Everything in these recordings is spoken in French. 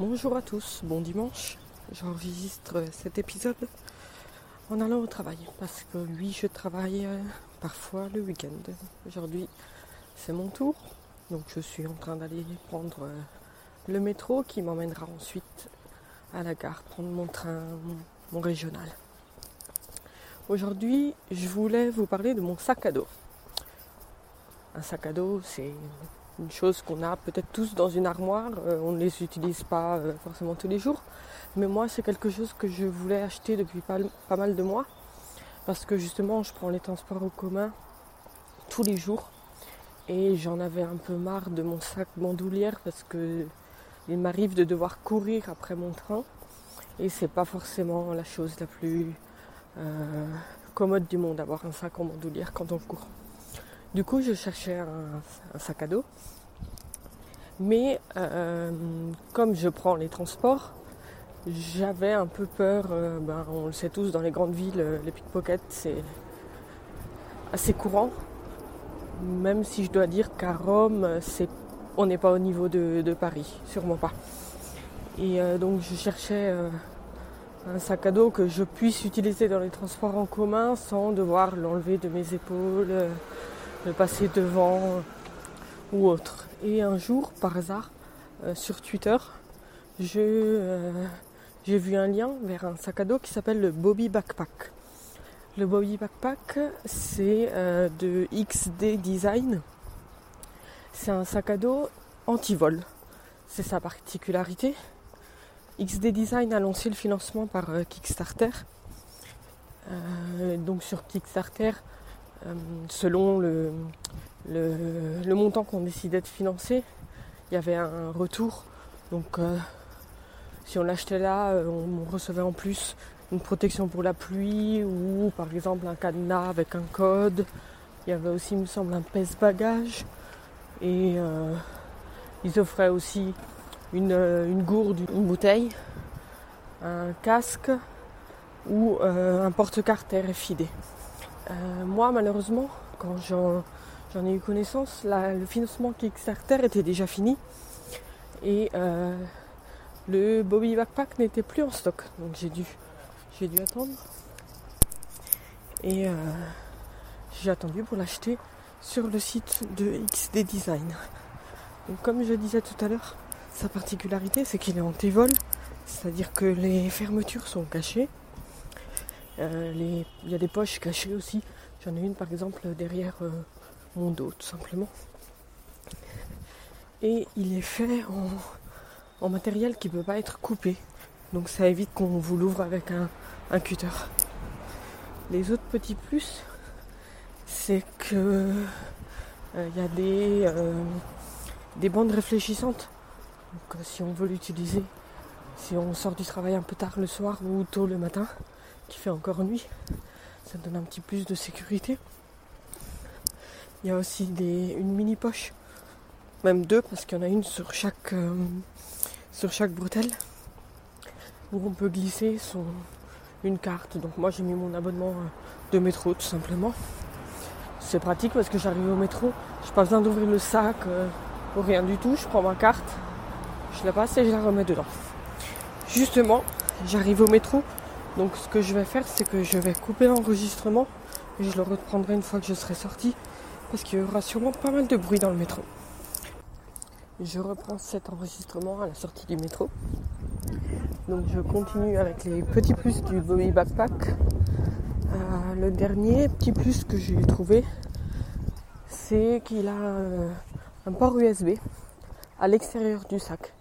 Bonjour à tous, bon dimanche. J'enregistre cet épisode en allant au travail parce que oui, je travaille parfois le week-end. Aujourd'hui, c'est mon tour, donc je suis en train d'aller prendre le métro qui m'emmènera ensuite à la gare, prendre mon train, mon régional. Aujourd'hui, je voulais vous parler de mon sac à dos. Un sac à dos, c'est une chose qu'on a peut-être tous dans une armoire, on ne les utilise pas forcément tous les jours, mais moi c'est quelque chose que je voulais acheter depuis pas mal de mois, parce que justement je prends les transports en commun tous les jours, et j'en avais un peu marre de mon sac bandoulière, parce que il m'arrive de devoir courir après mon train, et c'est pas forcément la chose la plus commode du monde d'avoir un sac en bandoulière quand on court. Du coup, je cherchais un sac à dos. Mais comme je prends les transports, j'avais un peu peur. On le sait tous, dans les grandes villes, les pickpockets, c'est assez courant. Même si je dois dire qu'à Rome, on n'est pas au niveau de Paris, sûrement pas. Et donc, je cherchais un sac à dos que je puisse utiliser dans les transports en commun sans devoir l'enlever de mes épaules, le passer devant ou autre. Et un jour, par hasard, sur Twitter, j'ai vu un lien vers un sac à dos qui s'appelle le Bobby Backpack. Le Bobby Backpack, c'est de XD Design. C'est un sac à dos anti-vol. C'est sa particularité. XD Design a lancé le financement par Kickstarter. Donc sur Kickstarter, selon le montant qu'on décidait de financer, il y avait un retour. Donc si on l'achetait là, on recevait en plus une protection pour la pluie ou par exemple un cadenas avec un code. Il y avait aussi, il me semble, un pèse-bagages. Et ils offraient aussi une gourde, une bouteille, un casque ou un porte-carte RFID. Moi, malheureusement, quand j'en ai eu connaissance, le financement Kickstarter était déjà fini et le Bobby Backpack n'était plus en stock. Donc j'ai dû attendre et j'ai attendu pour l'acheter sur le site de XD Design. Donc comme je disais tout à l'heure, sa particularité c'est qu'il est anti-vol, c'est-à-dire que les fermetures sont cachées. Il y a des poches cachées aussi. J'en ai une par exemple derrière mon dos tout simplement. Et il est fait en matériel qui ne peut pas être coupé. Donc ça évite qu'on vous l'ouvre avec un cutter. Les autres petits plus, c'est que il y a des bandes réfléchissantes. Donc si on veut l'utiliser, si on sort du travail un peu tard le soir ou tôt le matin, qui fait encore nuit, ça donne un petit plus de sécurité. Il y a aussi une mini poche, même deux parce qu'il y en a une sur chaque bretelle, où on peut glisser une carte. Donc moi j'ai mis mon abonnement de métro tout simplement. C'est pratique parce que j'arrive au métro, j'ai pas besoin d'ouvrir le sac ou rien du tout, je prends ma carte, je la passe et je la remets dedans. Justement, j'arrive au métro. Donc ce que je vais faire, c'est que je vais couper l'enregistrement et je le reprendrai une fois que je serai sortie, parce qu'il y aura sûrement pas mal de bruit dans le métro. Je reprends cet enregistrement à la sortie du métro. Donc je continue avec les petits plus du Bobby Backpack. Le dernier petit plus que j'ai trouvé, c'est qu'il a un port USB à l'extérieur du sac.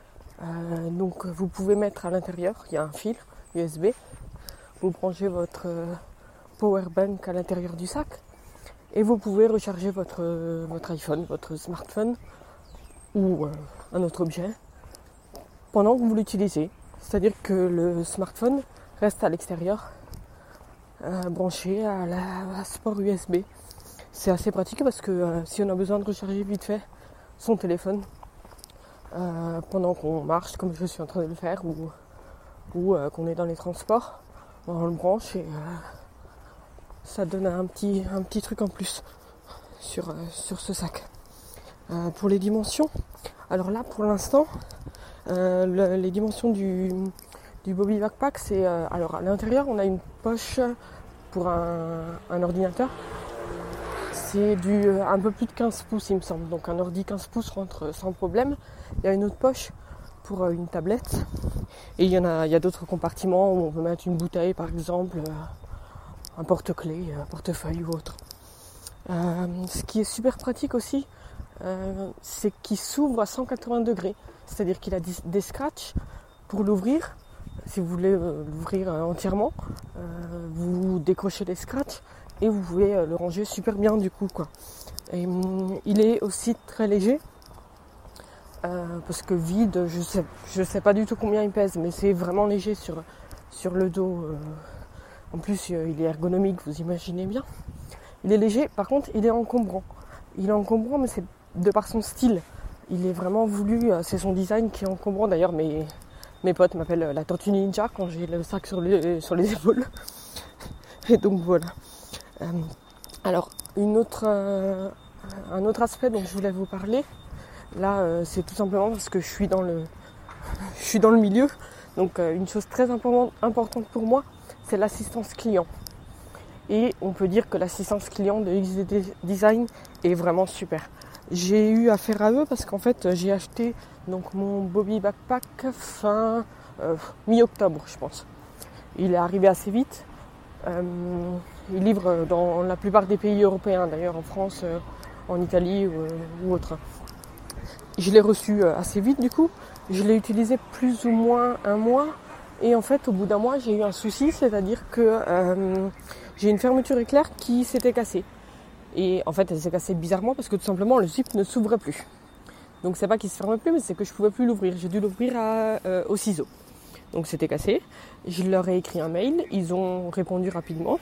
Donc vous pouvez mettre à l'intérieur, il y a un fil USB, vous branchez votre power bank à l'intérieur du sac et vous pouvez recharger votre iPhone, votre smartphone ou un autre objet pendant que vous l'utilisez. C'est-à-dire que le smartphone reste à l'extérieur, branché à ce port USB. C'est assez pratique parce que si on a besoin de recharger vite fait son téléphone pendant qu'on marche, comme je suis en train de le faire, ou qu'on est dans les transports, on le branche et ça donne un petit truc en plus sur ce sac. Pour les dimensions, alors là pour l'instant Les dimensions du Bobby Backpack, c'est... alors, à l'intérieur, on a une poche pour un ordinateur. C'est un peu plus de 15 pouces, il me semble. Donc, un ordi 15 pouces rentre sans problème. Il y a une autre poche pour une tablette. Et il y a d'autres compartiments où on peut mettre une bouteille, par exemple, un porte-clés, un portefeuille ou autre. Ce qui est super pratique aussi, c'est qu'il s'ouvre à 180 degrés. C'est-à-dire qu'il a des scratchs pour l'ouvrir. Si vous voulez l'ouvrir entièrement, vous décrochez les scratchs et vous pouvez le ranger super bien du coup, quoi. Et il est aussi très léger. Parce que vide, je sais pas du tout combien il pèse, mais c'est vraiment léger sur le dos. En plus, il est ergonomique, vous imaginez bien. Il est léger, par contre, il est encombrant. Il est encombrant, mais c'est de par son style. Il est vraiment voulu, c'est son design qui est encombrant. D'ailleurs, mes potes m'appellent la tortue ninja quand j'ai le sac sur les épaules. Et donc voilà. Alors, un autre aspect dont je voulais vous parler, là, c'est tout simplement parce que je suis dans le milieu. Donc, une chose très importante pour moi, c'est l'assistance client. Et on peut dire que l'assistance client de XD Design est vraiment super. J'ai eu affaire à eux parce qu'en fait, j'ai acheté donc mon Bobby Backpack mi-octobre, je pense. Il est arrivé assez vite. Il livre dans la plupart des pays européens, d'ailleurs en France, en Italie ou autre. Je l'ai reçu assez vite du coup. Je l'ai utilisé plus ou moins un mois. Et en fait, au bout d'un mois, j'ai eu un souci, c'est-à-dire que j'ai une fermeture éclair qui s'était cassée. Et en fait, elle s'est cassée bizarrement parce que tout simplement, le zip ne s'ouvrait plus. Donc c'est pas qu'il se ferme plus, mais c'est que je pouvais plus l'ouvrir. J'ai dû l'ouvrir au ciseau. Donc c'était cassé. Je leur ai écrit un mail, ils ont répondu rapidement.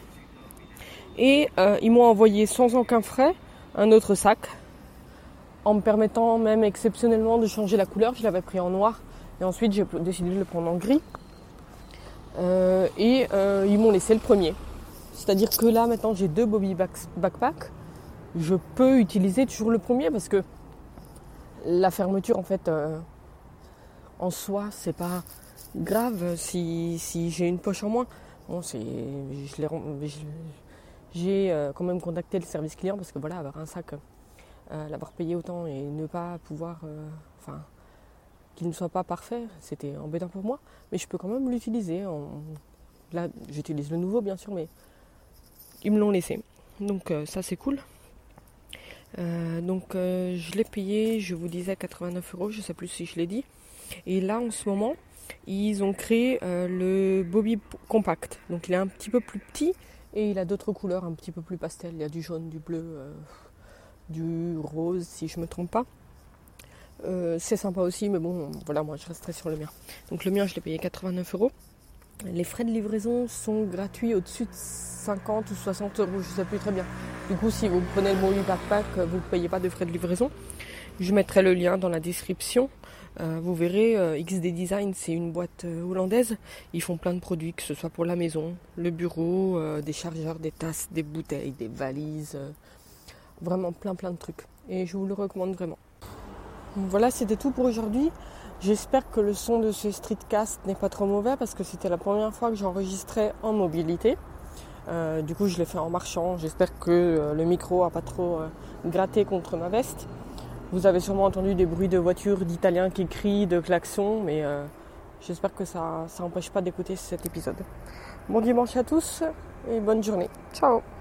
Et ils m'ont envoyé sans aucun frais un autre sac, en me permettant même exceptionnellement de changer la couleur. Je l'avais pris en noir et ensuite j'ai décidé de le prendre en gris. Ils m'ont laissé le premier. C'est-à-dire que là maintenant j'ai 2 Bobby Backpack. Je peux utiliser toujours le premier parce que la fermeture en fait en soi c'est pas grave si j'ai une poche en moins. Bon, j'ai quand même contacté le service client parce que voilà, avoir un sac, l'avoir payé autant et ne pas pouvoir, qu'il ne soit pas parfait, c'était embêtant pour moi. Mais je peux quand même l'utiliser. Là, j'utilise le nouveau bien sûr, mais ils me l'ont laissé. Donc ça c'est cool. Je l'ai payé, je vous disais 89 €, je ne sais plus si je l'ai dit. Et là en ce moment, ils ont créé le Bobby Compact. Donc il est un petit peu plus petit et il a d'autres couleurs un petit peu plus pastel. Il y a du jaune, du bleu, du rose si je ne me trompe pas. C'est sympa aussi, mais bon, voilà, moi je resterai sur le mien. Donc le mien, je l'ai payé 89 €. Les frais de livraison sont gratuits au-dessus de 50 ou 60 €, je ne sais plus très bien. Du coup, si vous prenez le Bobby Backpack, vous ne payez pas de frais de livraison. Je mettrai le lien dans la description. Vous verrez, XD Design, c'est une boîte hollandaise. Ils font plein de produits, que ce soit pour la maison, le bureau, des chargeurs, des tasses, des bouteilles, des valises. Vraiment plein de trucs. Et je vous le recommande vraiment. Voilà, c'était tout pour aujourd'hui. J'espère que le son de ce streetcast n'est pas trop mauvais parce que c'était la première fois que j'enregistrais en mobilité. Du coup, je l'ai fait en marchant. J'espère que le micro n'a pas trop gratté contre ma veste. Vous avez sûrement entendu des bruits de voitures, d'Italiens qui crient, de klaxons, mais j'espère que ça n'empêche pas d'écouter cet épisode. Bon dimanche à tous et bonne journée. Ciao!